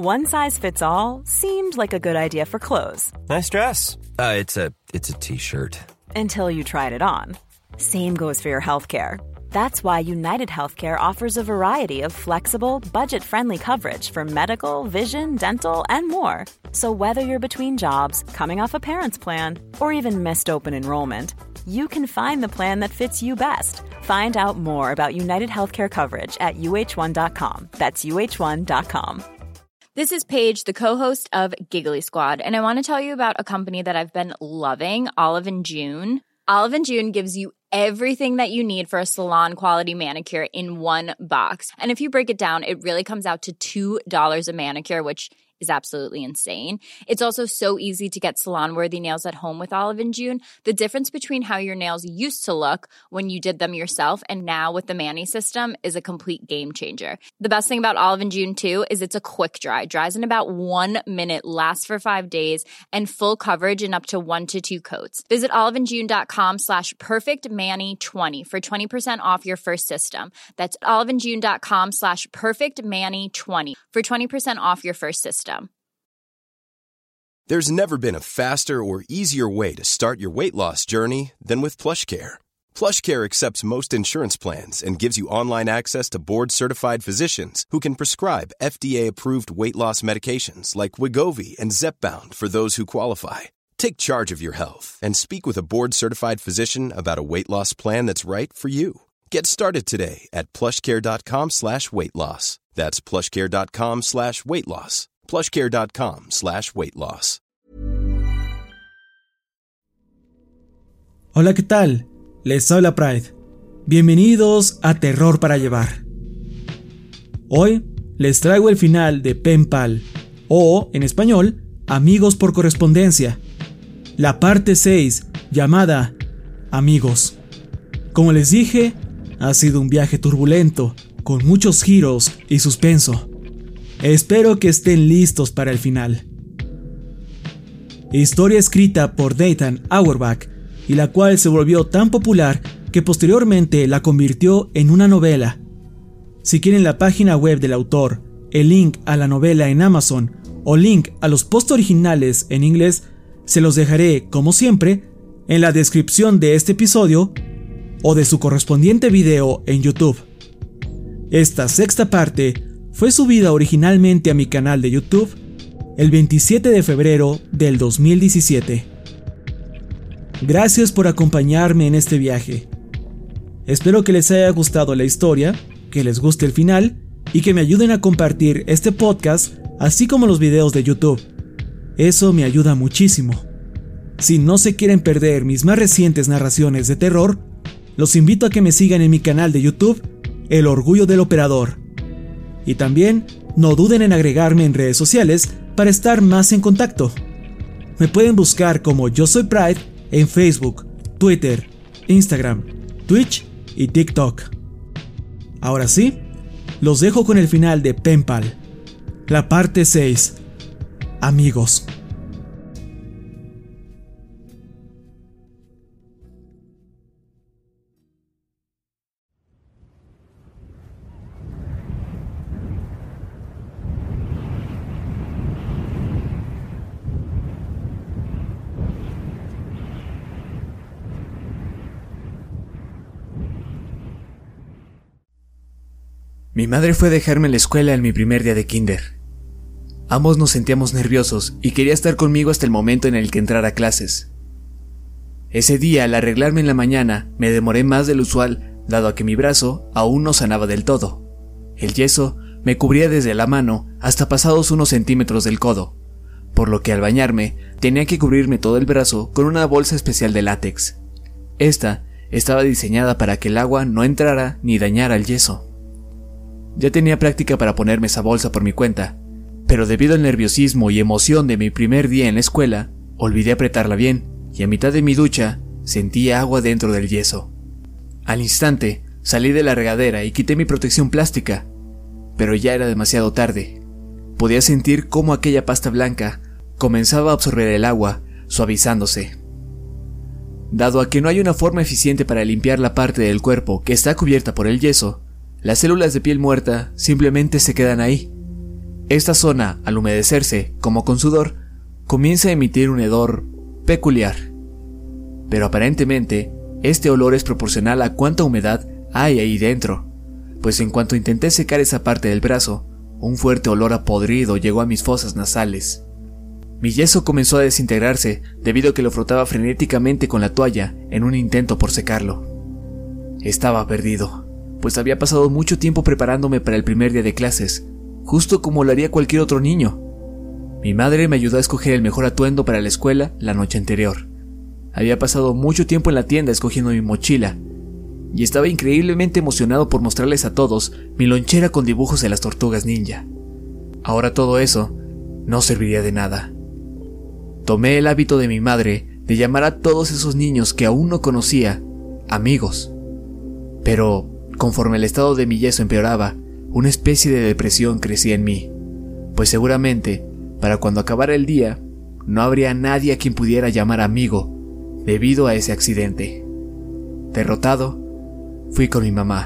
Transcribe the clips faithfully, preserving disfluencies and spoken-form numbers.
One size fits all seemed like a good idea for clothes. Nice dress. Uh, it's a it's a t-shirt. Until you tried it on. Same goes for your healthcare. That's why United Healthcare offers a variety of flexible, budget-friendly coverage for medical, vision, dental, and more. So whether you're between jobs, coming off a parent's plan, or even missed open enrollment, you can find the plan that fits you best. Find out more about United Healthcare coverage at U H one dot com. That's U H one dot com. This is Paige, the co-host of Giggly Squad, and I want to tell you about a company that I've been loving, Olive and June. Olive and June gives you everything that you need for a salon-quality manicure in one box. And if you break it down, it really comes out to two dollars a manicure, which is absolutely insane. It's also so easy to get salon-worthy nails at home with Olive and June. The difference between how your nails used to look when you did them yourself and now with the Mani system is a complete game changer. The best thing about Olive and June, too, is it's a quick dry. Dries in about one minute, lasts for five days, and full coverage in up to one to two coats. Visit oliveandjune.com slash perfectmani20 for twenty percent off your first system. That's oliveandjune.com slash perfectmani20 for twenty percent off your first system. There's never been a faster or easier way to start your weight loss journey than with PlushCare. PlushCare accepts most insurance plans and gives you online access to board-certified physicians who can prescribe F D A-approved weight loss medications like Wegovy and Zepbound for those who qualify. Take charge of your health and speak with a board-certified physician about a weight loss plan that's right for you. Get started today at plushcare.com slash weight loss. That's plushcare.com slash weight loss. plushcare.com slash weight loss. Hola, ¿qué tal? Les habla Pride. Bienvenidos a Terror para Llevar. Hoy les traigo el final de Pen Pal, o, en español, Amigos por Correspondencia, la parte seis, llamada Amigos. Como les dije, ha sido un viaje turbulento, con muchos giros y suspenso. Espero que estén listos para el final. Historia escrita por Nathan Auerbach, y la cual se volvió tan popular que posteriormente la convirtió en una novela. Si quieren la página web del autor, el link a la novela en Amazon o link a los posts originales en inglés, se los dejaré, como siempre, en la descripción de este episodio o de su correspondiente video en YouTube. Esta sexta parte fue subida originalmente a mi canal de YouTube el veintisiete de febrero del dos mil diecisiete. Gracias por acompañarme en este viaje. Espero que les haya gustado la historia, que les guste el final y que me ayuden a compartir este podcast así como los videos de YouTube. Eso me ayuda muchísimo. Si no se quieren perder mis más recientes narraciones de terror, los invito a que me sigan en mi canal de YouTube, El Orgullo del Operador. Y también no duden en agregarme en redes sociales para estar más en contacto. Me pueden buscar como Yo Soy Pride en Facebook, Twitter, Instagram, Twitch y TikTok. Ahora sí, los dejo con el final de Pen Pal, la parte seis, Amigos. Mi madre fue a dejarme en la escuela en mi primer día de kinder. Ambos nos sentíamos nerviosos y quería estar conmigo hasta el momento en el que entrara a clases. Ese día, al arreglarme en la mañana, me demoré más del usual, dado a que mi brazo aún no sanaba del todo. El yeso me cubría desde la mano hasta pasados unos centímetros del codo, por lo que al bañarme tenía que cubrirme todo el brazo con una bolsa especial de látex. Esta estaba diseñada para que el agua no entrara ni dañara el yeso. Ya tenía práctica para ponerme esa bolsa por mi cuenta, pero debido al nerviosismo y emoción de mi primer día en la escuela, olvidé apretarla bien y a mitad de mi ducha sentí agua dentro del yeso. Al instante salí de la regadera y quité mi protección plástica, pero ya era demasiado tarde. Podía sentir cómo aquella pasta blanca comenzaba a absorber el agua, suavizándose. Dado a que no hay una forma eficiente para limpiar la parte del cuerpo que está cubierta por el yeso, las células de piel muerta simplemente se quedan ahí. Esta zona, al humedecerse, como con sudor, comienza a emitir un hedor peculiar. Pero aparentemente, este olor es proporcional a cuánta humedad hay ahí dentro, pues en cuanto intenté secar esa parte del brazo, un fuerte olor a podrido llegó a mis fosas nasales. Mi yeso comenzó a desintegrarse debido a que lo frotaba frenéticamente con la toalla en un intento por secarlo. Estaba perdido, pues había pasado mucho tiempo preparándome para el primer día de clases, justo como lo haría cualquier otro niño. Mi madre me ayudó a escoger el mejor atuendo para la escuela la noche anterior. Había pasado mucho tiempo en la tienda escogiendo mi mochila, y estaba increíblemente emocionado por mostrarles a todos mi lonchera con dibujos de las tortugas ninja. Ahora todo eso no serviría de nada. Tomé el hábito de mi madre de llamar a todos esos niños que aún no conocía amigos. Pero, conforme el estado de mi yeso empeoraba, una especie de depresión crecía en mí, pues seguramente, para cuando acabara el día, no habría nadie a quien pudiera llamar amigo debido a ese accidente. Derrotado, fui con mi mamá.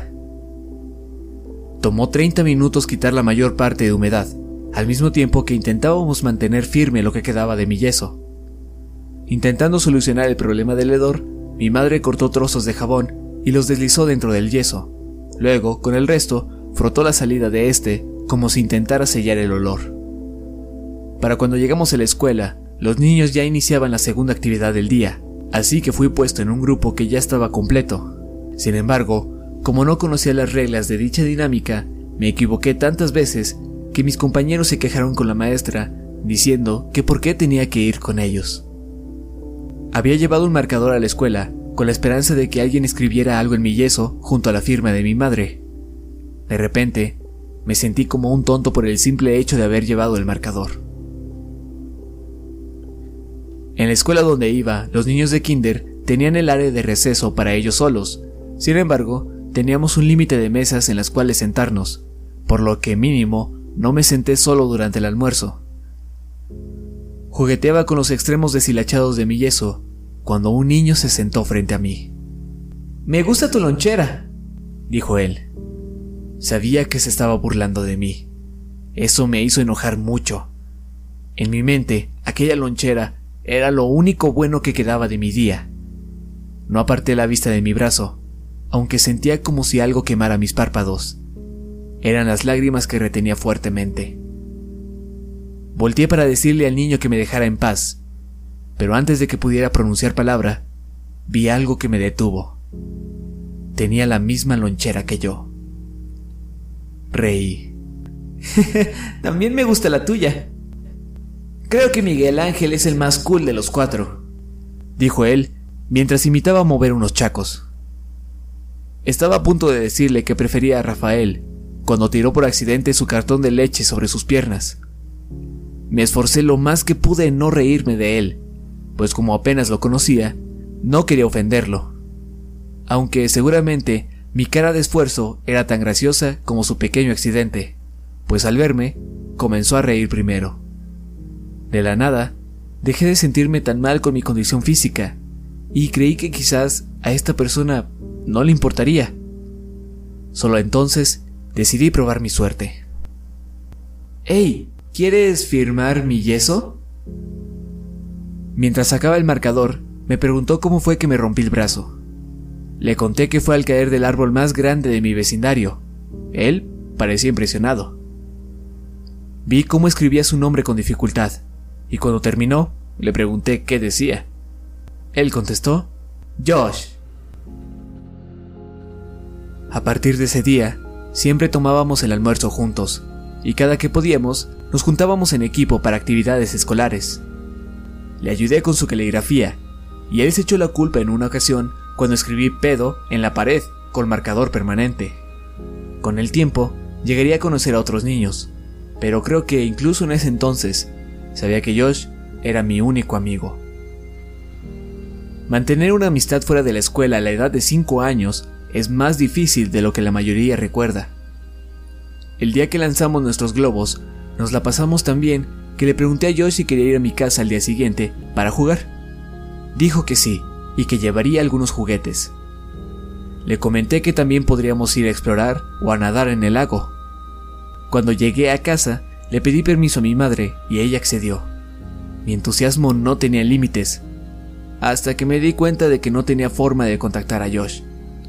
Tomó treinta minutos quitar la mayor parte de humedad, al mismo tiempo que intentábamos mantener firme lo que quedaba de mi yeso. Intentando solucionar el problema del hedor, mi madre cortó trozos de jabón y los deslizó dentro del yeso. Luego, con el resto, frotó la salida de este como si intentara sellar el olor. Para cuando llegamos a la escuela, los niños ya iniciaban la segunda actividad del día, así que fui puesto en un grupo que ya estaba completo. Sin embargo, como no conocía las reglas de dicha dinámica, me equivoqué tantas veces que mis compañeros se quejaron con la maestra, diciendo que por qué tenía que ir con ellos. Había llevado un marcador a la escuela, con la esperanza de que alguien escribiera algo en mi yeso junto a la firma de mi madre. De repente, me sentí como un tonto por el simple hecho de haber llevado el marcador. En la escuela donde iba, los niños de kinder tenían el área de receso para ellos solos. Sin embargo, teníamos un límite de mesas en las cuales sentarnos, por lo que mínimo no me senté solo durante el almuerzo. Jugueteaba con los extremos deshilachados de mi yeso cuando un niño se sentó frente a mí. «Me gusta tu lonchera», dijo él. Sabía que se estaba burlando de mí. Eso me hizo enojar mucho. En mi mente, aquella lonchera era lo único bueno que quedaba de mi día. No aparté la vista de mi brazo, aunque sentía como si algo quemara mis párpados. Eran las lágrimas que retenía fuertemente. Volteé para decirle al niño que me dejara en paz, pero antes de que pudiera pronunciar palabra, vi algo que me detuvo. Tenía la misma lonchera que yo. Reí. «También me gusta la tuya. Creo que Miguel Ángel es el más cool de los cuatro», dijo él mientras imitaba mover unos chacos. Estaba a punto de decirle que prefería a Rafael, cuando tiró por accidente su cartón de leche sobre sus piernas. Me esforcé lo más que pude en no reírme de él, pues como apenas lo conocía, no quería ofenderlo. Aunque seguramente mi cara de esfuerzo era tan graciosa como su pequeño accidente, pues al verme, comenzó a reír primero. De la nada, dejé de sentirme tan mal con mi condición física, y creí que quizás a esta persona no le importaría. Solo entonces decidí probar mi suerte. «Hey, ¿quieres firmar mi yeso?». Mientras sacaba el marcador, me preguntó cómo fue que me rompí el brazo. Le conté que fue al caer del árbol más grande de mi vecindario. Él parecía impresionado. Vi cómo escribía su nombre con dificultad, y cuando terminó, le pregunté qué decía. Él contestó: «Josh». A partir de ese día, siempre tomábamos el almuerzo juntos, y cada que podíamos, nos juntábamos en equipo para actividades escolares. Le ayudé con su caligrafía, y él se echó la culpa en una ocasión cuando escribí pedo en la pared con marcador permanente. Con el tiempo, llegaría a conocer a otros niños, pero creo que incluso en ese entonces, sabía que Josh era mi único amigo. Mantener una amistad fuera de la escuela a la edad de cinco años es más difícil de lo que la mayoría recuerda. El día que lanzamos nuestros globos, nos la pasamos tan bien que le pregunté a Josh si quería ir a mi casa al día siguiente para jugar. Dijo que sí, y que llevaría algunos juguetes. Le comenté que también podríamos ir a explorar o a nadar en el lago. Cuando llegué a casa, Le pedí permiso a mi madre y ella accedió. Mi entusiasmo no tenía límites, hasta que me di cuenta de que no tenía forma de contactar a Josh.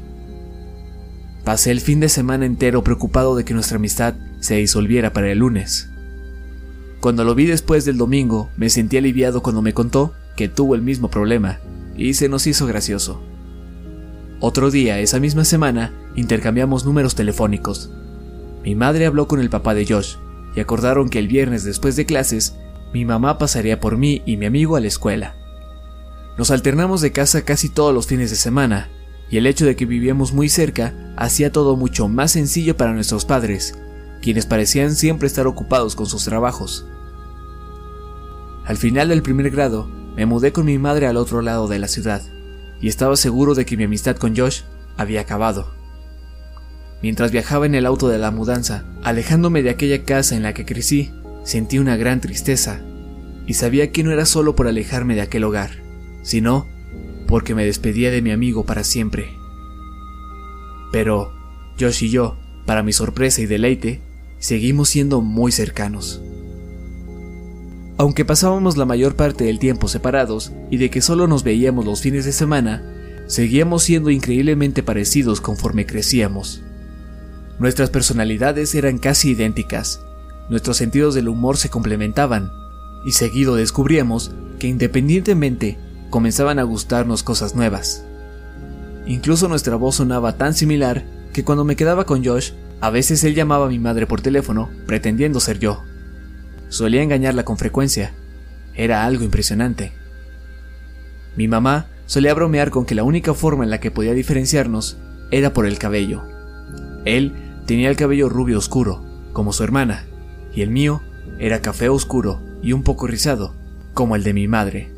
Pasé el fin de semana entero preocupado de que nuestra amistad se disolviera para el lunes. Cuando lo vi después del domingo, me sentí aliviado cuando me contó que tuvo el mismo problema, y se nos hizo gracioso. Otro día, esa misma semana, intercambiamos números telefónicos. Mi madre habló con el papá de Josh, y acordaron que el viernes después de clases, mi mamá pasaría por mí y mi amigo a la escuela. Nos alternamos de casa casi todos los fines de semana, y el hecho de que vivíamos muy cerca hacía todo mucho más sencillo para nuestros padres, quienes parecían siempre estar ocupados con sus trabajos. Al final del primer grado, me mudé con mi madre al otro lado de la ciudad, y estaba seguro de que mi amistad con Josh había acabado. Mientras viajaba en el auto de la mudanza, alejándome de aquella casa en la que crecí, sentí una gran tristeza, y sabía que no era solo por alejarme de aquel hogar, sino porque me despedía de mi amigo para siempre. Pero Josh y yo, para mi sorpresa y deleite, seguimos siendo muy cercanos. Aunque pasábamos la mayor parte del tiempo separados y de que solo nos veíamos los fines de semana, seguíamos siendo increíblemente parecidos conforme crecíamos. Nuestras personalidades eran casi idénticas, nuestros sentidos del humor se complementaban, y seguido descubríamos que independientemente comenzaban a gustarnos cosas nuevas. Incluso nuestra voz sonaba tan similar que cuando me quedaba con Josh, a veces él llamaba a mi madre por teléfono pretendiendo ser yo. Solía engañarla con frecuencia. Era algo impresionante. Mi mamá solía bromear con que la única forma en la que podía diferenciarnos era por el cabello. Él tenía el cabello rubio oscuro, como su hermana, y el mío era café oscuro y un poco rizado, como el de mi madre.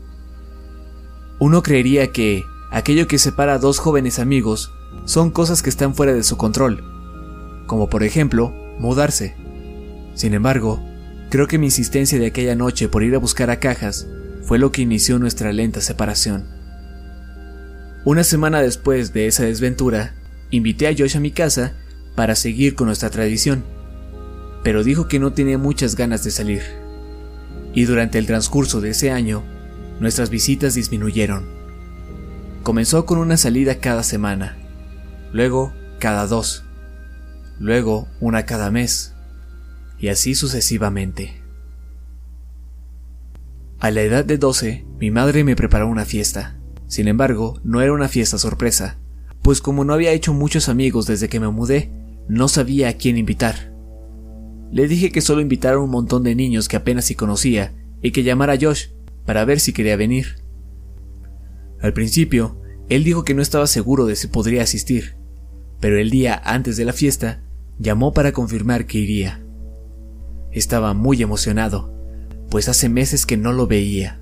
Uno creería que aquello que separa a dos jóvenes amigos son cosas que están fuera de su control, como por ejemplo, mudarse. Sin embargo, creo que mi insistencia de aquella noche por ir a buscar a Cajas fue lo que inició nuestra lenta separación. Una semana después de esa desventura, invité a Josh a mi casa para seguir con nuestra tradición, pero dijo que no tenía muchas ganas de salir. Y durante el transcurso de ese año, nuestras visitas disminuyeron. Comenzó con una salida cada semana, luego cada dos, luego una cada mes, y así sucesivamente. A la edad de doce, mi madre me preparó una fiesta. Sin embargo, no era una fiesta sorpresa, pues como no había hecho muchos amigos desde que me mudé, no sabía a quién invitar. Le dije que solo invitara a un montón de niños que apenas si conocía y que llamara a Josh para ver si quería venir. Al principio, él dijo que no estaba seguro de si podría asistir, pero el día antes de la fiesta, llamó para confirmar que iría. Estaba muy emocionado, pues hace meses que no lo veía.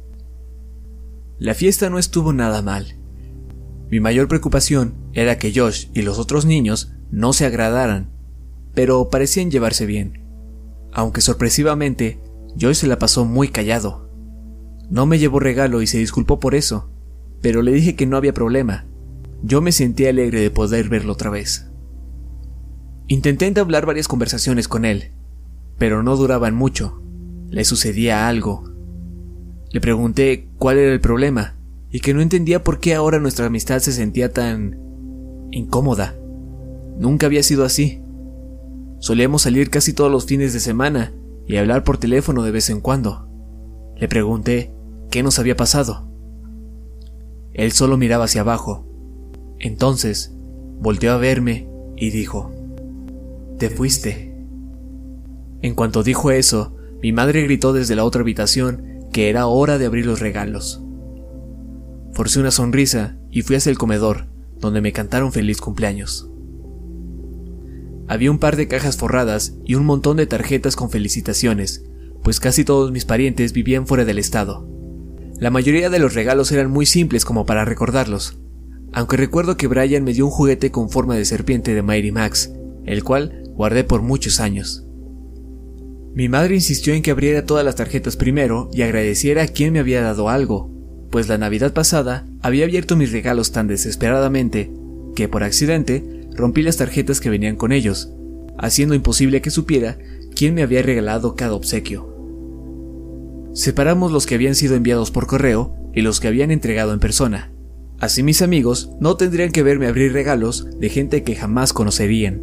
La fiesta no estuvo nada mal. Mi mayor preocupación era que Josh y los otros niños no se agradaran, pero parecían llevarse bien. Aunque sorpresivamente, Josh se la pasó muy callado. No me llevó regalo y se disculpó por eso, pero le dije que no había problema. Yo me sentía alegre de poder verlo otra vez. Intenté entablar varias conversaciones con él, pero no duraban mucho. Le sucedía algo. Le pregunté cuál era el problema y que no entendía por qué ahora nuestra amistad se sentía tan incómoda. Nunca había sido así. Solíamos salir casi todos los fines de semana y hablar por teléfono de vez en cuando. Le pregunté qué nos había pasado. Él solo miraba hacia abajo. Entonces, volteó a verme y dijo: «Te fuiste». En cuanto dijo eso, mi madre gritó desde la otra habitación que era hora de abrir los regalos. Forcé una sonrisa y fui hacia el comedor, donde me cantaron feliz cumpleaños. Había un par de cajas forradas y un montón de tarjetas con felicitaciones, pues casi todos mis parientes vivían fuera del estado. La mayoría de los regalos eran muy simples como para recordarlos, aunque recuerdo que Brian me dio un juguete con forma de serpiente de Mighty Max, el cual guardé por muchos años. Mi madre insistió en que abriera todas las tarjetas primero y agradeciera a quien me había dado algo, pues la Navidad pasada había abierto mis regalos tan desesperadamente que por accidente rompí las tarjetas que venían con ellos, haciendo imposible que supiera quién me había regalado cada obsequio. Separamos los que habían sido enviados por correo y los que habían entregado en persona. Así mis amigos no tendrían que verme abrir regalos de gente que jamás conocerían.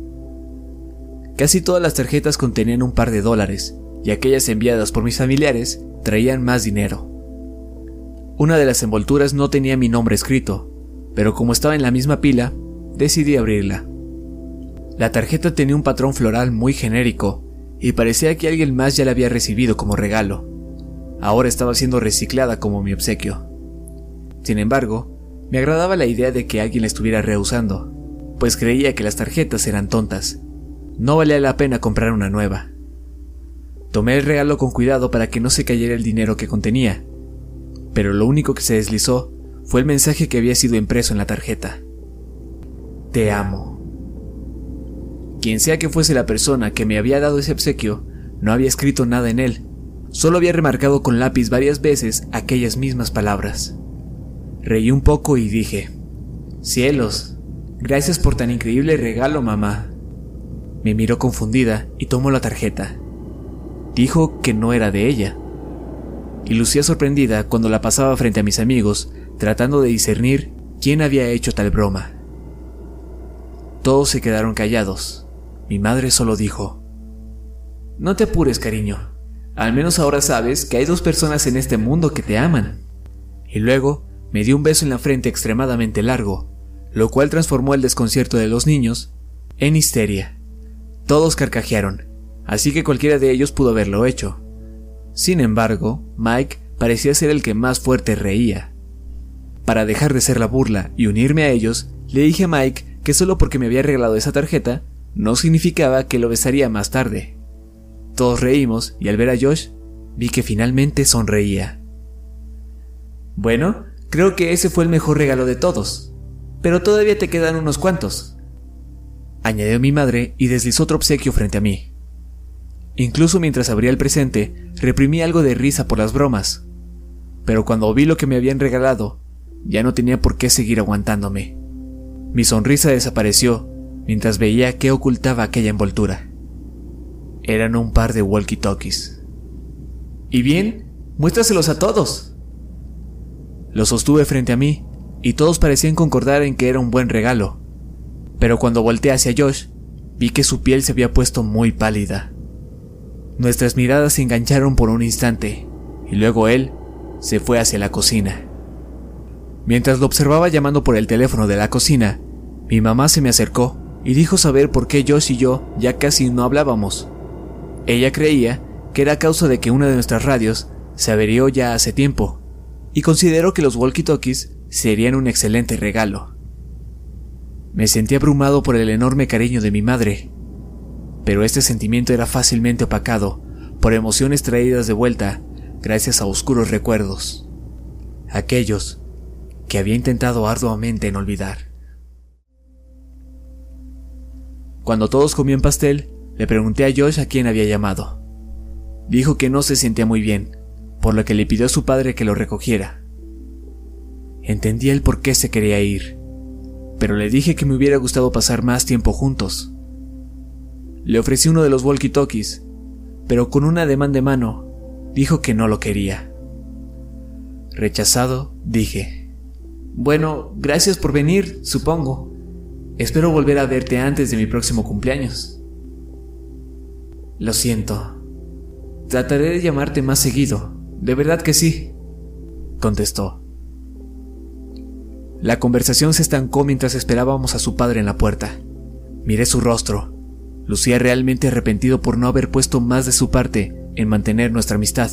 Casi todas las tarjetas contenían un par de dólares, y aquellas enviadas por mis familiares traían más dinero. Una de las envolturas no tenía mi nombre escrito, pero como estaba en la misma pila, decidí abrirla. La tarjeta tenía un patrón floral muy genérico, y parecía que alguien más ya la había recibido como regalo. Ahora estaba siendo reciclada como mi obsequio. Sin embargo, me agradaba la idea de que alguien la estuviera reusando, pues creía que las tarjetas eran tontas. No valía la pena comprar una nueva. Tomé el regalo con cuidado para que no se cayera el dinero que contenía, pero lo único que se deslizó fue el mensaje que había sido impreso en la tarjeta. Te amo. Quien sea que fuese la persona que me había dado ese obsequio, no había escrito nada en él, solo había remarcado con lápiz varias veces aquellas mismas palabras. Reí un poco y dije: «Cielos, gracias por tan increíble regalo, mamá». Me miró confundida y tomó la tarjeta. Dijo que no era de ella. Y lucía sorprendida cuando la pasaba frente a mis amigos, tratando de discernir quién había hecho tal broma. Todos se quedaron callados. Mi madre solo dijo: «No te apures, cariño. Al menos ahora sabes que hay dos personas en este mundo que te aman». Y luego me dio un beso en la frente extremadamente largo, lo cual transformó el desconcierto de los niños en histeria. Todos carcajearon, así que cualquiera de ellos pudo haberlo hecho. Sin embargo, Mike parecía ser el que más fuerte reía. Para dejar de ser la burla y unirme a ellos, le dije a Mike que solo porque me había regalado esa tarjeta, no significaba que lo besaría más tarde. Todos reímos y al ver a Josh, vi que finalmente sonreía. «Bueno, creo que ese fue el mejor regalo de todos, pero todavía te quedan unos cuantos», añadió mi madre y deslizó otro obsequio frente a mí. Incluso mientras abría el presente, reprimí algo de risa por las bromas, pero cuando vi lo que me habían regalado, ya no tenía por qué seguir aguantándome. Mi sonrisa desapareció mientras veía qué ocultaba aquella envoltura. Eran un par de walkie-talkies. «¿Y bien? Muéstraselos a todos». Los sostuve frente a mí, y todos parecían concordar en que era un buen regalo. Pero cuando volteé hacia Josh, vi que su piel se había puesto muy pálida. Nuestras miradas se engancharon por un instante, y luego él se fue hacia la cocina. Mientras lo observaba llamando por el teléfono de la cocina, mi mamá se me acercó y dijo saber por qué Josh y yo ya casi no hablábamos. Ella creía que era a causa de que una de nuestras radios se averió ya hace tiempo, y consideró que los walkie-talkies serían un excelente regalo. Me sentí abrumado por el enorme cariño de mi madre, pero este sentimiento era fácilmente opacado por emociones traídas de vuelta gracias a oscuros recuerdos, aquellos que había intentado arduamente en olvidar. Cuando todos comían pastel, le pregunté a Josh a quién había llamado. Dijo que no se sentía muy bien, por lo que le pidió a su padre que lo recogiera. Entendía el por qué se quería ir, pero le dije que me hubiera gustado pasar más tiempo juntos. Le ofrecí uno de los walkie-talkies, pero con un ademán de mano, dijo que no lo quería. Rechazado, dije: «Bueno, gracias por venir, supongo. Espero volver a verte antes de mi próximo cumpleaños». «Lo siento. Trataré de llamarte más seguido, de verdad que sí», contestó. La conversación se estancó mientras esperábamos a su padre en la puerta. Miré su rostro. Lucía realmente arrepentido por no haber puesto más de su parte en mantener nuestra amistad.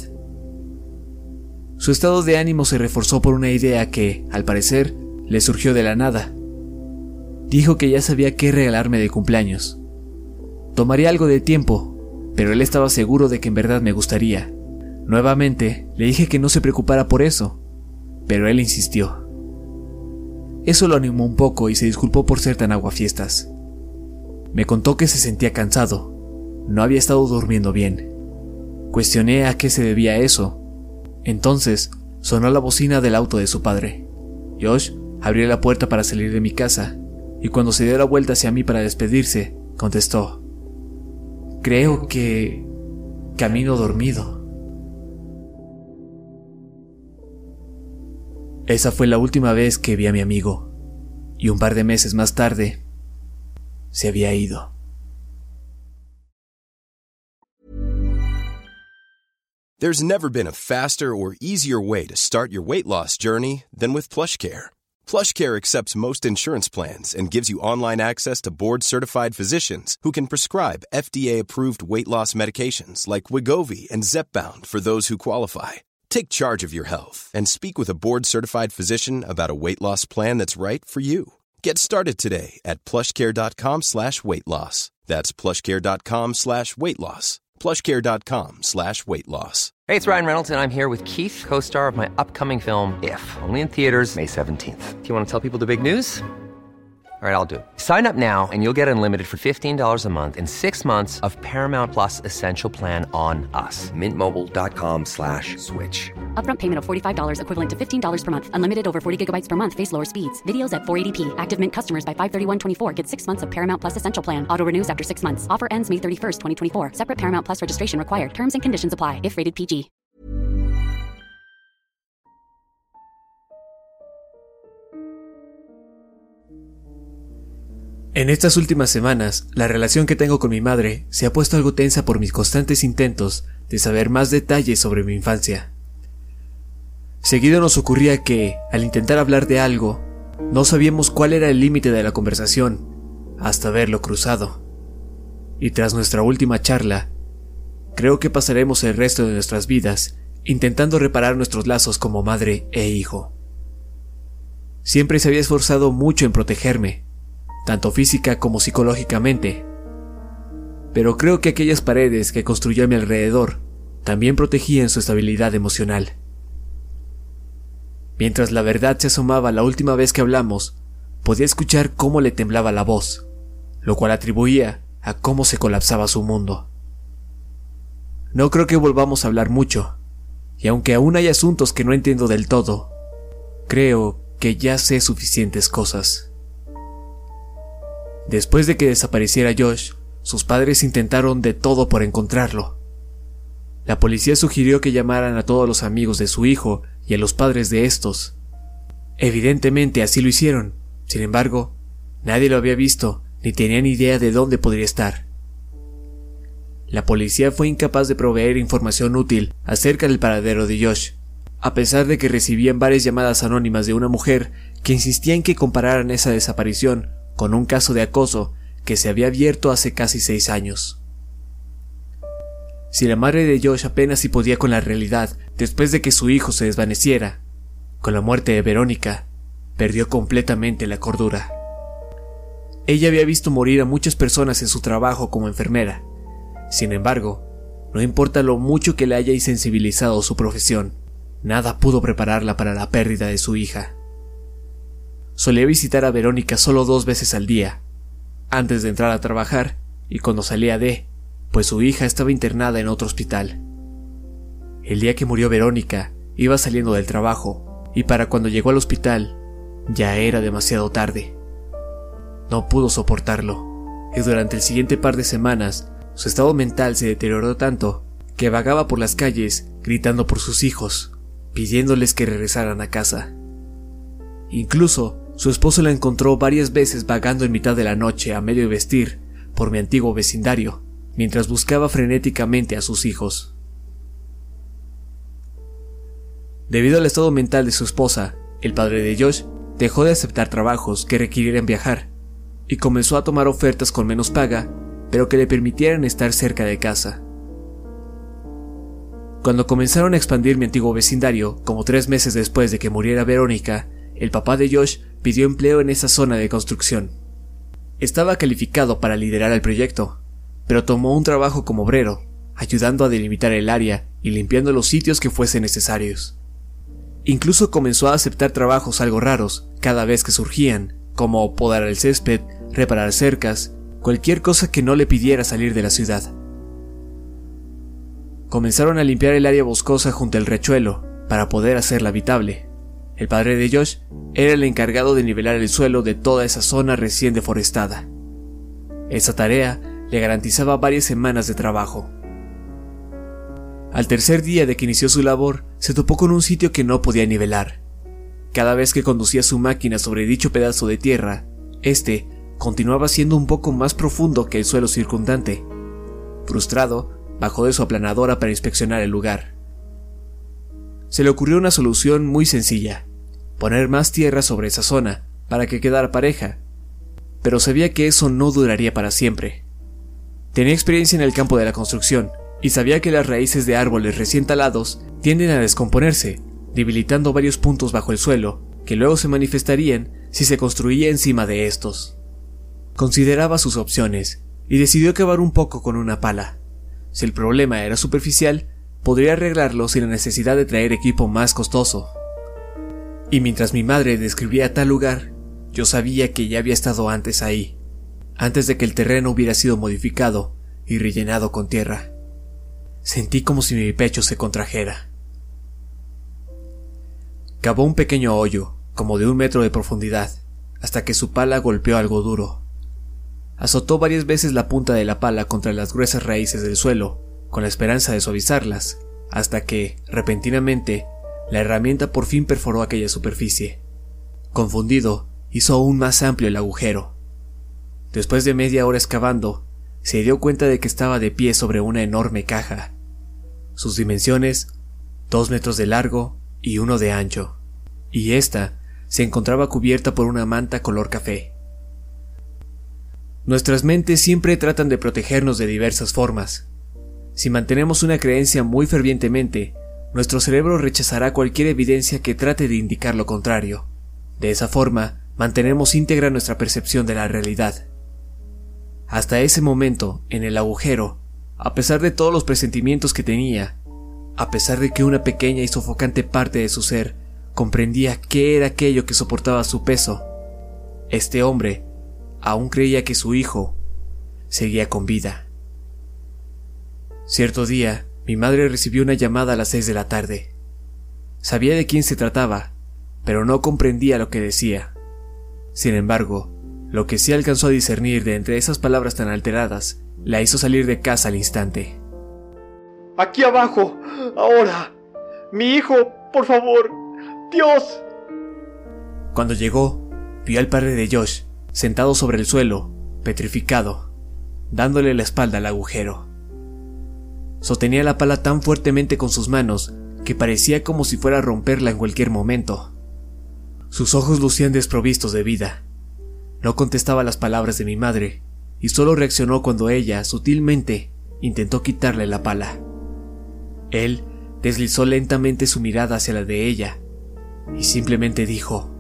Su estado de ánimo se reforzó por una idea que, al parecer, le surgió de la nada. Dijo que ya sabía qué regalarme de cumpleaños. Tomaría algo de tiempo, pero él estaba seguro de que en verdad me gustaría. Nuevamente, le dije que no se preocupara por eso, pero él insistió. Eso lo animó un poco y se disculpó por ser tan aguafiestas. Me contó que se sentía cansado, no había estado durmiendo bien. Cuestioné a qué se debía eso. Entonces, sonó la bocina del auto de su padre. Josh abrió la puerta para salir de mi casa, y cuando se dio la vuelta hacia mí para despedirse, contestó: «Creo que camino dormido. Esa fue la última vez que vi a mi amigo, y un par de meses más tarde, se había ido. There's never been a faster or easier way to start your weight loss journey than with PlushCare. PlushCare accepts most insurance plans and gives you online access to board-certified physicians who can prescribe F D A-approved weight loss medications like Wegovy and Zepbound for those who qualify. Take charge of your health and speak with a board-certified physician about a weight loss plan that's right for you. Get started today at plushcare.com slash weight loss. That's plushcare.com slash weight loss. plushcare.com slash weight loss. Hey, it's Ryan Reynolds, and I'm here with Keith, co-star of my upcoming film, If, only in theaters May seventeenth. Do you want to tell people the big news? All right, I'll do it. Sign up now and you'll get unlimited for fifteen dollars a month and six months of Paramount Plus Essential Plan on us. Mint Mobile dot com slash switch. Upfront payment of forty-five dollars equivalent to fifteen dollars per month. Unlimited over forty gigabytes per month. Face lower speeds. Videos at four eighty p. Active Mint customers by five thirty-one twenty-four get six months of Paramount Plus Essential Plan. Auto renews after six months. Offer ends May thirty-first, twenty twenty-four. Separate Paramount Plus registration required. Terms and conditions apply if rated P G. En estas últimas semanas, la relación que tengo con mi madre se ha puesto algo tensa por mis constantes intentos de saber más detalles sobre mi infancia. Seguido nos ocurría que, al intentar hablar de algo, no sabíamos cuál era el límite de la conversación, hasta verlo cruzado. Y tras nuestra última charla, creo que pasaremos el resto de nuestras vidas intentando reparar nuestros lazos como madre e hijo. Siempre se había esforzado mucho en protegerme, tanto física como psicológicamente, pero creo que aquellas paredes que construyó a mi alrededor también protegían su estabilidad emocional. Mientras la verdad se asomaba la última vez que hablamos, podía escuchar cómo le temblaba la voz, lo cual atribuía a cómo se colapsaba su mundo. No creo que volvamos a hablar mucho, y aunque aún hay asuntos que no entiendo del todo, creo que ya sé suficientes cosas. Después de que desapareciera Josh, sus padres intentaron de todo por encontrarlo. La policía sugirió que llamaran a todos los amigos de su hijo y a los padres de estos. Evidentemente así lo hicieron, sin embargo, nadie lo había visto ni tenían idea de dónde podría estar. La policía fue incapaz de proveer información útil acerca del paradero de Josh, a pesar de que recibían varias llamadas anónimas de una mujer que insistía en que compararan esa desaparición con un caso de acoso que se había abierto hace casi seis años. Si la madre de Josh apenas si podía con la realidad después de que su hijo se desvaneciera, con la muerte de Verónica, perdió completamente la cordura. Ella había visto morir a muchas personas en su trabajo como enfermera. Sin embargo, no importa lo mucho que le haya insensibilizado su profesión, nada pudo prepararla para la pérdida de su hija. Solía visitar a Verónica solo dos veces al día, antes de entrar a trabajar y cuando salía de, pues su hija estaba internada en otro hospital. El día que murió Verónica, iba saliendo del trabajo y para cuando llegó al hospital, ya era demasiado tarde. No pudo soportarlo y durante el siguiente par de semanas, su estado mental se deterioró tanto que vagaba por las calles gritando por sus hijos, pidiéndoles que regresaran a casa. Incluso, su esposo la encontró varias veces vagando en mitad de la noche a medio vestir por mi antiguo vecindario, mientras buscaba frenéticamente a sus hijos. Debido al estado mental de su esposa, el padre de Josh dejó de aceptar trabajos que requirieran viajar y comenzó a tomar ofertas con menos paga, pero que le permitieran estar cerca de casa. Cuando comenzaron a expandir mi antiguo vecindario, como tres meses después de que muriera Verónica, el papá de Josh pidió empleo en esa zona de construcción. Estaba calificado para liderar el proyecto, pero tomó un trabajo como obrero, ayudando a delimitar el área y limpiando los sitios que fuesen necesarios. Incluso comenzó a aceptar trabajos algo raros cada vez que surgían, como podar el césped, reparar cercas, cualquier cosa que no le pidiera salir de la ciudad. Comenzaron a limpiar el área boscosa junto al riachuelo para poder hacerla habitable. El padre de Josh era el encargado de nivelar el suelo de toda esa zona recién deforestada. Esa tarea le garantizaba varias semanas de trabajo. Al tercer día de que inició su labor, se topó con un sitio que no podía nivelar. Cada vez que conducía su máquina sobre dicho pedazo de tierra, este continuaba siendo un poco más profundo que el suelo circundante. Frustrado, bajó de su aplanadora para inspeccionar el lugar. Se le ocurrió una solución muy sencilla: poner más tierra sobre esa zona para que quedara pareja, pero sabía que eso no duraría para siempre. Tenía experiencia en el campo de la construcción y sabía que las raíces de árboles recién talados tienden a descomponerse, debilitando varios puntos bajo el suelo, que luego se manifestarían si se construía encima de estos. Consideraba sus opciones y decidió cavar un poco con una pala. Si el problema era superficial, podría arreglarlo sin la necesidad de traer equipo más costoso. Y mientras mi madre describía tal lugar, yo sabía que ya había estado antes ahí, antes de que el terreno hubiera sido modificado y rellenado con tierra. Sentí como si mi pecho se contrajera. Cavó un pequeño hoyo, como de un metro de profundidad, hasta que su pala golpeó algo duro. Azotó varias veces la punta de la pala contra las gruesas raíces del suelo, con la esperanza de suavizarlas, hasta que, repentinamente, la herramienta por fin perforó aquella superficie. Confundido, hizo aún más amplio el agujero. Después de media hora excavando, se dio cuenta de que estaba de pie sobre una enorme caja. Sus dimensiones, dos metros de largo y uno de ancho, y ésta se encontraba cubierta por una manta color café. Nuestras mentes siempre tratan de protegernos de diversas formas. Si mantenemos una creencia muy fervientemente, nuestro cerebro rechazará cualquier evidencia que trate de indicar lo contrario. De esa forma, mantenemos íntegra nuestra percepción de la realidad. Hasta ese momento, en el agujero, a pesar de todos los presentimientos que tenía, a pesar de que una pequeña y sofocante parte de su ser comprendía qué era aquello que soportaba su peso, este hombre aún creía que su hijo seguía con vida. Cierto día, mi madre recibió una llamada a las seis de la tarde. Sabía de quién se trataba, pero no comprendía lo que decía. Sin embargo, lo que sí alcanzó a discernir de entre esas palabras tan alteradas la hizo salir de casa al instante. ¡Aquí abajo! ¡Ahora! ¡Mi hijo! ¡Por favor! ¡Dios! Cuando llegó, vio al padre de Josh sentado sobre el suelo, petrificado, dándole la espalda al agujero. Sostenía la pala tan fuertemente con sus manos que parecía como si fuera a romperla en cualquier momento. Sus ojos lucían desprovistos de vida. No contestaba las palabras de mi madre, y solo reaccionó cuando ella, sutilmente, intentó quitarle la pala. Él deslizó lentamente su mirada hacia la de ella, y simplemente dijo: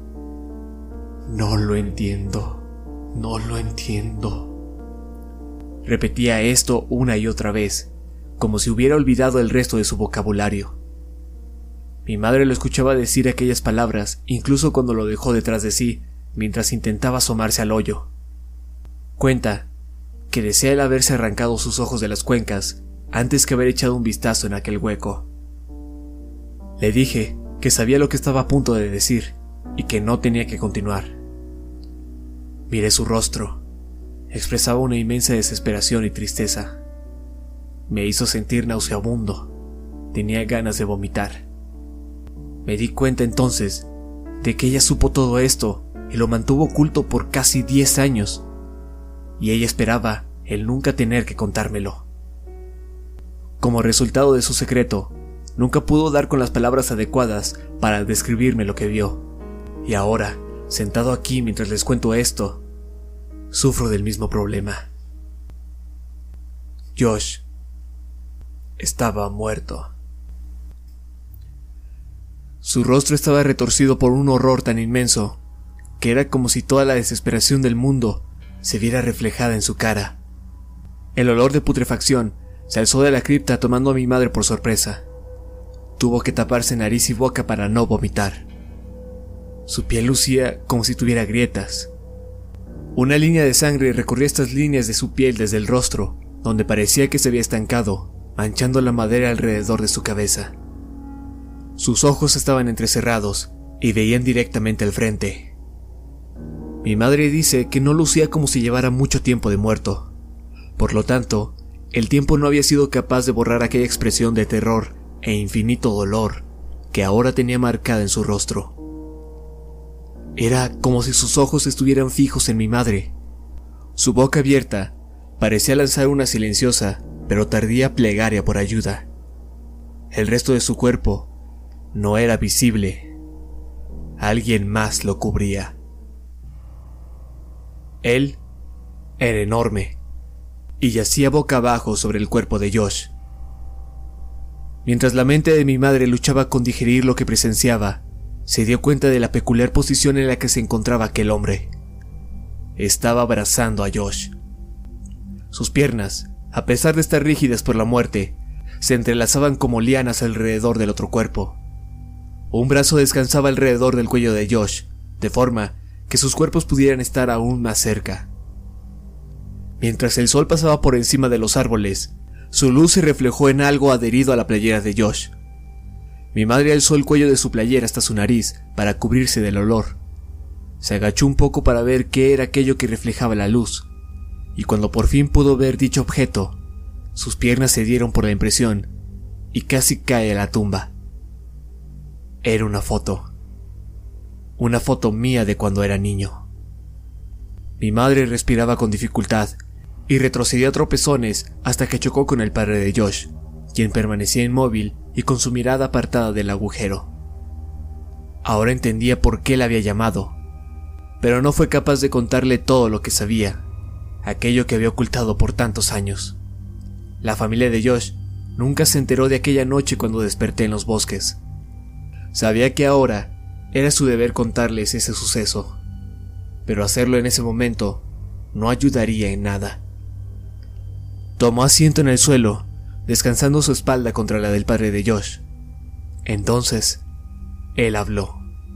«No lo entiendo, no lo entiendo». Repetía esto una y otra vez, como si hubiera olvidado el resto de su vocabulario. Mi madre lo escuchaba decir aquellas palabras, incluso cuando lo dejó detrás de sí, mientras intentaba asomarse al hoyo. Cuenta que desea el haberse arrancado sus ojos de las cuencas antes que haber echado un vistazo en aquel hueco. Le dije que sabía lo que estaba a punto de decir y que no tenía que continuar. Miré su rostro. Expresaba una inmensa desesperación y tristeza. Me hizo sentir nauseabundo. Tenía ganas de vomitar. Me di cuenta entonces de que ella supo todo esto y lo mantuvo oculto por casi diez años, y ella esperaba el nunca tener que contármelo. Como resultado de su secreto, nunca pudo dar con las palabras adecuadas para describirme lo que vio, y ahora, sentado aquí mientras les cuento esto, sufro del mismo problema. Josh estaba muerto. Su rostro estaba retorcido por un horror tan inmenso que era como si toda la desesperación del mundo se viera reflejada en su cara. El olor de putrefacción se alzó de la cripta tomando a mi madre por sorpresa. Tuvo que taparse nariz y boca para no vomitar. Su piel lucía como si tuviera grietas. Una línea de sangre recorría estas líneas de su piel desde el rostro, donde parecía que se había estancado, manchando la madera alrededor de su cabeza. Sus ojos estaban entrecerrados y veían directamente al frente. Mi madre dice que no lucía como si llevara mucho tiempo de muerto. Por lo tanto, el tiempo no había sido capaz de borrar aquella expresión de terror e infinito dolor que ahora tenía marcada en su rostro. Era como si sus ojos estuvieran fijos en mi madre. Su boca abierta parecía lanzar una silenciosa pero tardía plegaria por ayuda. El resto de su cuerpo no era visible. Alguien más lo cubría. Él era enorme y yacía boca abajo sobre el cuerpo de Josh. Mientras la mente de mi madre luchaba con digerir lo que presenciaba, se dio cuenta de la peculiar posición en la que se encontraba aquel hombre. Estaba abrazando a Josh. Sus piernas, a pesar de estar rígidas por la muerte, se entrelazaban como lianas alrededor del otro cuerpo. Un brazo descansaba alrededor del cuello de Josh, de forma que sus cuerpos pudieran estar aún más cerca. Mientras el sol pasaba por encima de los árboles, su luz se reflejó en algo adherido a la playera de Josh. Mi madre alzó el cuello de su playera hasta su nariz para cubrirse del olor. Se agachó un poco para ver qué era aquello que reflejaba la luz, y cuando por fin pudo ver dicho objeto, sus piernas cedieron por la impresión y casi cae a la tumba. Era una foto. Una foto mía de cuando era niño. Mi madre respiraba con dificultad y retrocedió a tropezones hasta que chocó con el padre de Josh, quien permanecía inmóvil y con su mirada apartada del agujero. Ahora entendía por qué la había llamado, pero no fue capaz de contarle todo lo que sabía, aquello que había ocultado por tantos años. La familia de Josh nunca se enteró de aquella noche cuando desperté en los bosques. Sabía que ahora era su deber contarles ese suceso, pero hacerlo en ese momento no ayudaría en nada. Tomó asiento en el suelo, descansando su espalda contra la del padre de Josh. Entonces, él habló.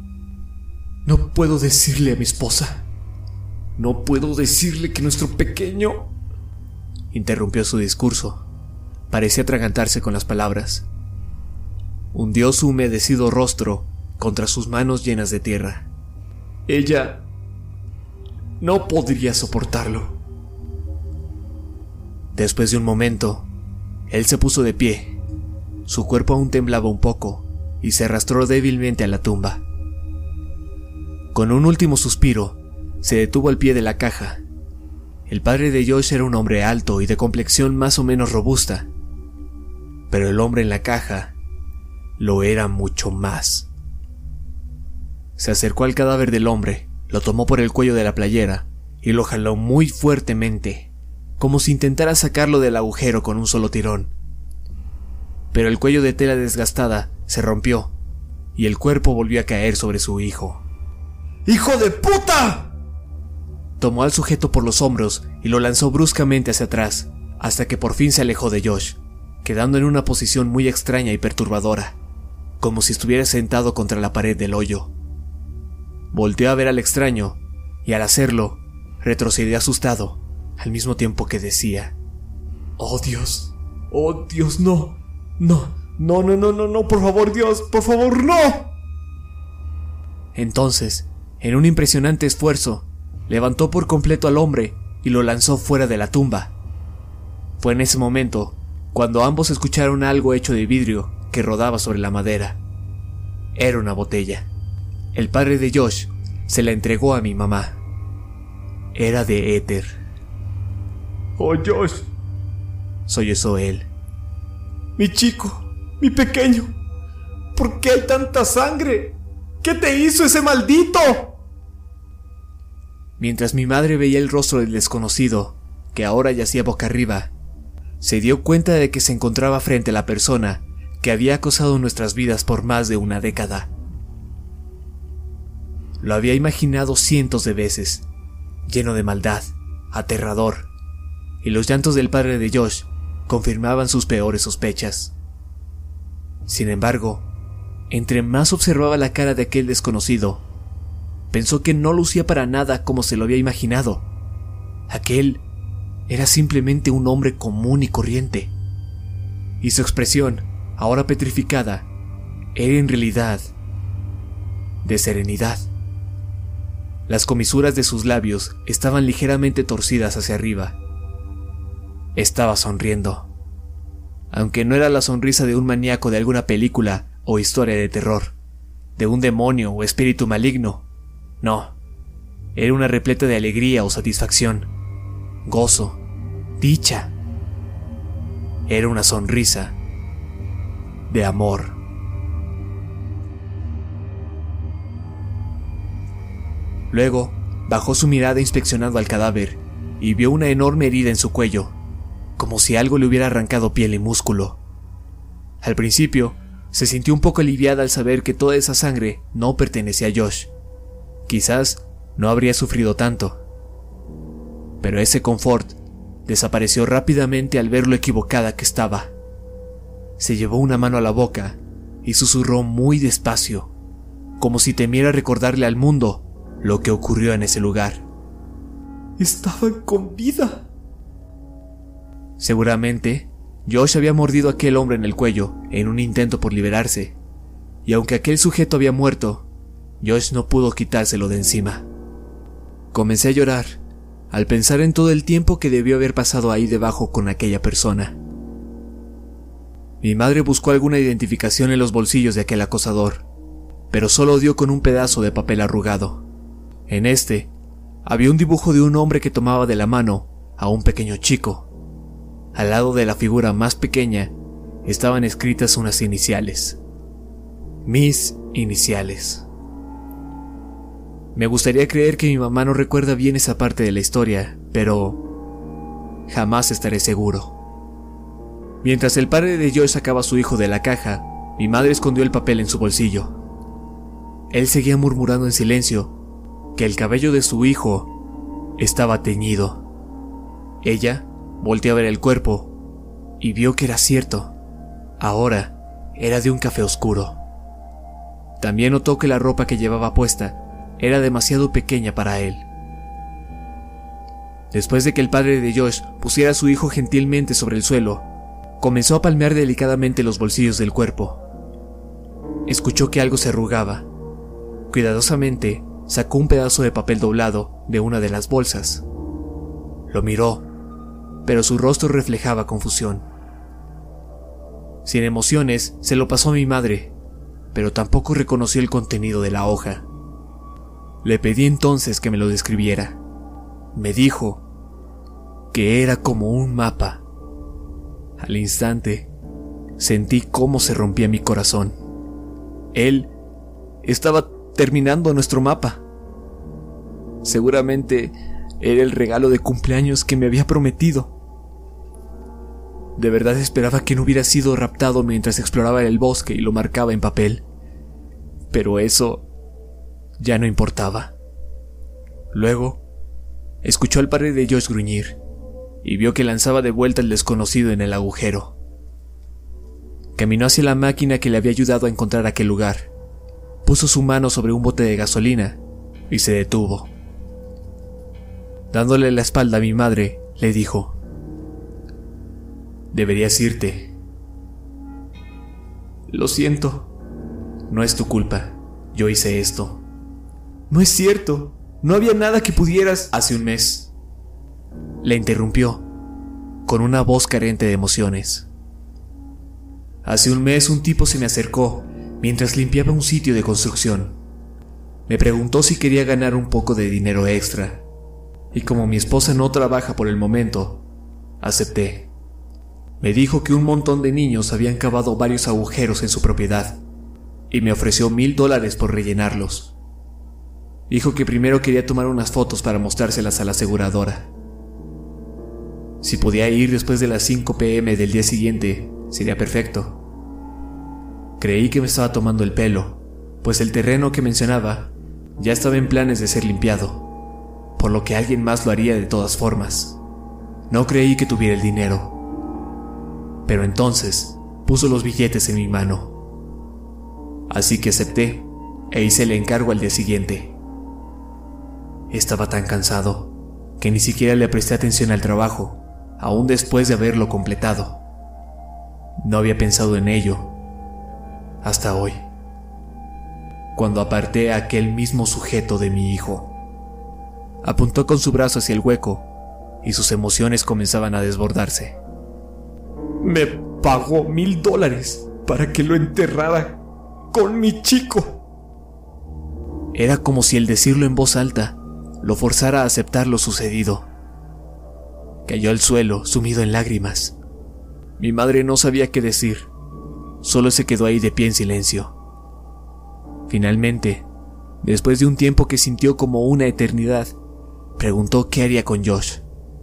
No puedo decirle a mi esposa. No puedo decirle que nuestro pequeño... Interrumpió su discurso. Parecía atragantarse con las palabras. Hundió su humedecido rostro contra sus manos llenas de tierra. Ella no podría soportarlo. Después de un momento, él se puso de pie. Su cuerpo aún temblaba un poco y se arrastró débilmente a la tumba. Con un último suspiro, se detuvo al pie de la caja. El padre de Josh era un hombre alto y de complexión más o menos robusta, pero el hombre en la caja lo era mucho más. Se acercó al cadáver del hombre, lo tomó por el cuello de la playera y lo jaló muy fuertemente, como si intentara sacarlo del agujero con un solo tirón. Pero el cuello de tela desgastada se rompió y el cuerpo volvió a caer sobre su hijo. ¡Hijo de puta! Tomó al sujeto por los hombros y lo lanzó bruscamente hacia atrás, hasta que por fin se alejó de Josh, quedando en una posición muy extraña y perturbadora, como si estuviera sentado contra la pared del hoyo. Volteó a ver al extraño, y al hacerlo, retrocedió asustado, al mismo tiempo que decía: ¡Oh Dios! ¡Oh Dios, no! ¡No! ¡No, no, no, no, no! ¡Por favor, Dios! ¡Por favor, no! Entonces, en un impresionante esfuerzo, levantó por completo al hombre y lo lanzó fuera de la tumba. Fue en ese momento cuando ambos escucharon algo hecho de vidrio que rodaba sobre la madera. Era una botella. El padre de Josh se la entregó a mi mamá. Era de éter. ¡Oh, Josh!, sollozó él. ¡Mi chico! ¡Mi pequeño! ¿Por qué hay tanta sangre? ¿Qué te hizo ese maldito? Mientras mi madre veía el rostro del desconocido, que ahora yacía boca arriba, se dio cuenta de que se encontraba frente a la persona que había acosado nuestras vidas por más de una década. Lo había imaginado cientos de veces, lleno de maldad, aterrador, y los llantos del padre de Josh confirmaban sus peores sospechas. Sin embargo, entre más observaba la cara de aquel desconocido, pensó que no lucía para nada como se lo había imaginado. Aquel era simplemente un hombre común y corriente, y su expresión, ahora petrificada, era en realidad de serenidad. Las comisuras de sus labios estaban ligeramente torcidas hacia arriba. estaba sonriendo. Aunque no era la sonrisa de un maníaco de alguna película o historia de terror, de un demonio o espíritu maligno. No, era una repleta de alegría o satisfacción, gozo, dicha. Era una sonrisa de amor. Luego, bajó su mirada inspeccionando al cadáver y vio una enorme herida en su cuello, como si algo le hubiera arrancado piel y músculo. Al principio, se sintió un poco aliviada al saber que toda esa sangre no pertenecía a Josh. Quizás no habría sufrido tanto. Pero ese confort desapareció rápidamente al ver lo equivocada que estaba. Se llevó una mano a la boca y susurró muy despacio, como si temiera recordarle al mundo lo que ocurrió en ese lugar. Estaban con vida. Seguramente, Josh había mordido a aquel hombre en el cuello en un intento por liberarse, y aunque aquel sujeto había muerto, Josh no pudo quitárselo de encima. Comencé a llorar al pensar en todo el tiempo que debió haber pasado ahí debajo con aquella persona. Mi madre buscó alguna identificación en los bolsillos de aquel acosador, pero solo dio con un pedazo de papel arrugado. En este, había un dibujo de un hombre que tomaba de la mano a un pequeño chico. Al lado de la figura más pequeña estaban escritas unas iniciales. Mis iniciales. Me gustaría creer que mi mamá no recuerda bien esa parte de la historia, pero jamás estaré seguro. Mientras el padre de Josh sacaba a su hijo de la caja, mi madre escondió el papel en su bolsillo. Él seguía murmurando en silencio que el cabello de su hijo estaba teñido. Ella volteó a ver el cuerpo y vio que era cierto. Ahora era de un café oscuro. También notó que la ropa que llevaba puesta era demasiado pequeña para él. Después de que el padre de Josh pusiera a su hijo gentilmente sobre el suelo, comenzó a palmear delicadamente los bolsillos del cuerpo. Escuchó que algo se arrugaba. Cuidadosamente sacó un pedazo de papel doblado de una de las bolsas. Lo miró, pero su rostro reflejaba confusión. Sin emociones, se lo pasó a mi madre, pero tampoco reconoció el contenido de la hoja. Le pedí entonces que me lo describiera. Me dijo que era como un mapa. Al instante, sentí cómo se rompía mi corazón. Él estaba terminando nuestro mapa. Seguramente era el regalo de cumpleaños que me había prometido. De verdad esperaba que no hubiera sido raptado mientras exploraba el bosque y lo marcaba en papel. Pero eso ya no importaba. Luego, escuchó al padre de Josh gruñir y vio que lanzaba de vuelta al desconocido en el agujero. Caminó hacia la máquina que le había ayudado a encontrar aquel lugar. Puso su mano sobre un bote de gasolina y se detuvo. Dándole la espalda a mi madre, le dijo: «Deberías irte». «Lo siento. No es tu culpa. Yo hice esto». «No es cierto. No había nada que pudieras...» «Hace un mes», le interrumpió, con una voz carente de emociones. «Hace un mes un tipo se me acercó mientras limpiaba un sitio de construcción. Me preguntó si quería ganar un poco de dinero extra, y como mi esposa no trabaja por el momento, acepté. Me dijo que un montón de niños habían cavado varios agujeros en su propiedad, y me ofreció mil dólares por rellenarlos. Dijo que primero quería tomar unas fotos para mostrárselas a la aseguradora. Si podía ir después de las cinco pe eme del día siguiente, sería perfecto. Creí que me estaba tomando el pelo, pues el terreno que mencionaba ya estaba en planes de ser limpiado, por lo que alguien más lo haría de todas formas. No creí que tuviera el dinero. Pero entonces puso los billetes en mi mano. Así que acepté e hice el encargo al día siguiente. Estaba tan cansado que ni siquiera le presté atención al trabajo, aún después de haberlo completado. No había pensado en ello hasta hoy, cuando aparté a aquel mismo sujeto de mi hijo. Apuntó con su brazo hacia el hueco y sus emociones comenzaban a desbordarse. Me pagó mil dólares para que lo enterrara con mi chico. Era como si el decirlo en voz alta lo forzara a aceptar lo sucedido. Cayó al suelo, sumido en lágrimas. Mi madre no sabía qué decir, solo se quedó ahí de pie en silencio. Finalmente, después de un tiempo que sintió como una eternidad, preguntó qué haría con Josh.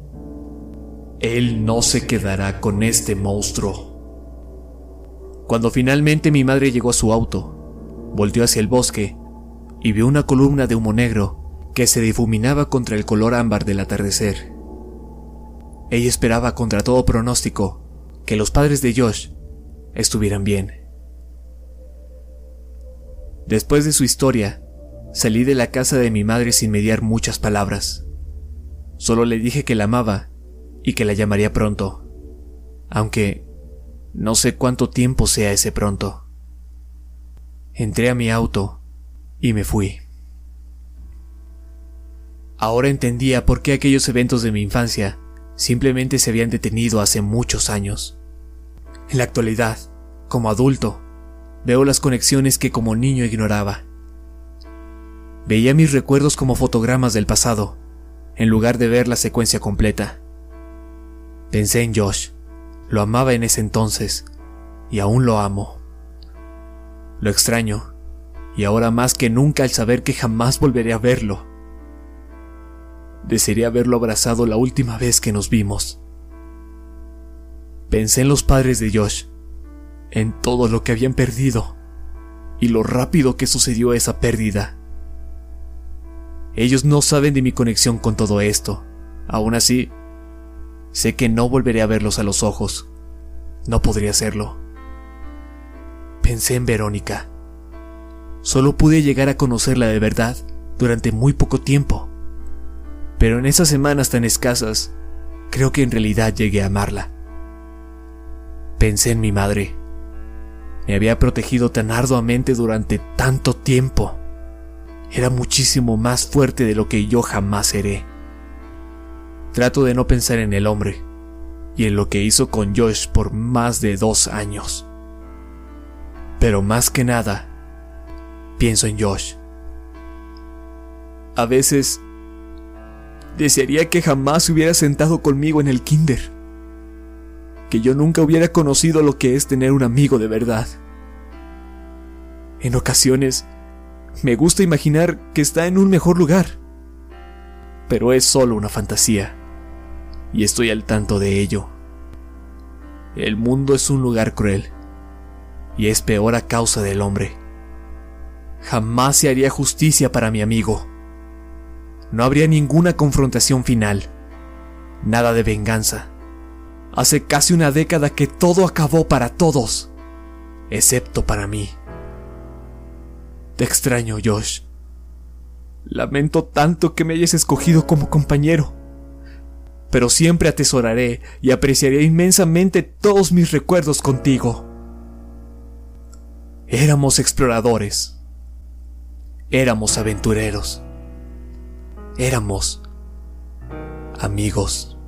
Él no se quedará con este monstruo. Cuando finalmente mi madre llegó a su auto, volteó hacia el bosque y vio una columna de humo negro que se difuminaba contra el color ámbar del atardecer. Ella esperaba contra todo pronóstico que los padres de Josh estuvieran bien. Después de su historia, salí de la casa de mi madre sin mediar muchas palabras. Solo le dije que la amaba y que la llamaría pronto, aunque no sé cuánto tiempo sea ese pronto. Entré a mi auto y me fui. Ahora entendía por qué aquellos eventos de mi infancia simplemente se habían detenido hace muchos años. En la actualidad, como adulto, veo las conexiones que como niño ignoraba. Veía mis recuerdos como fotogramas del pasado, en lugar de ver la secuencia completa. Pensé en Josh, lo amaba en ese entonces, y aún lo amo. Lo extraño, y ahora más que nunca al saber que jamás volveré a verlo. Desearía haberlo abrazado la última vez que nos vimos. Pensé en los padres de Josh, en todo lo que habían perdido, y lo rápido que sucedió esa pérdida. Ellos no saben de mi conexión con todo esto. Aún así, sé que no volveré a verlos a los ojos. No podría hacerlo. Pensé en Verónica. Solo pude llegar a conocerla de verdad durante muy poco tiempo. Pero en esas semanas tan escasas, creo que en realidad llegué a amarla. Pensé en mi madre. Me había protegido tan arduamente durante tanto tiempo. Era muchísimo más fuerte de lo que yo jamás seré. Trato de no pensar en el hombre y en lo que hizo con Josh por más de dos años. Pero más que nada, pienso en Josh. A veces, desearía que jamás se hubiera sentado conmigo en el kinder. Que yo nunca hubiera conocido lo que es tener un amigo de verdad. En ocasiones, me gusta imaginar que está en un mejor lugar. Pero es solo una fantasía, y estoy al tanto de ello. El mundo es un lugar cruel, y es peor a causa del hombre. Jamás se haría justicia para mi amigo. No habría ninguna confrontación final, nada de venganza. Hace casi una década que todo acabó para todos, excepto para mí. Te extraño, Josh. Lamento tanto que me hayas escogido como compañero, pero siempre atesoraré y apreciaré inmensamente todos mis recuerdos contigo. Éramos exploradores. Éramos aventureros. Éramos amigos.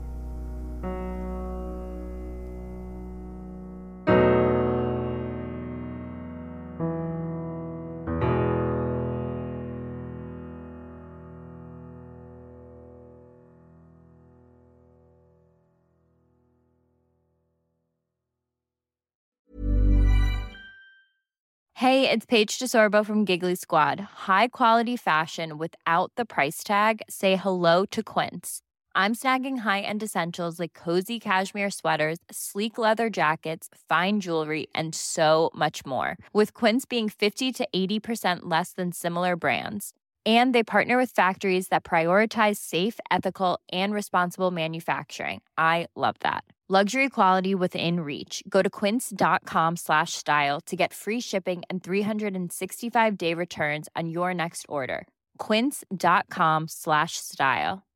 Hey, it's Paige DeSorbo from Giggly Squad. High quality fashion without the price tag. Say hello to Quince. I'm snagging high-end essentials like cozy cashmere sweaters, sleek leather jackets, fine jewelry, and so much more. With Quince being fifty to eighty percent less than similar brands. And they partner with factories that prioritize safe, ethical, and responsible manufacturing. I love that. Luxury quality within reach. Go to quince.com slash style to get free shipping and three sixty-five day returns on your next order. Quince.com slash style.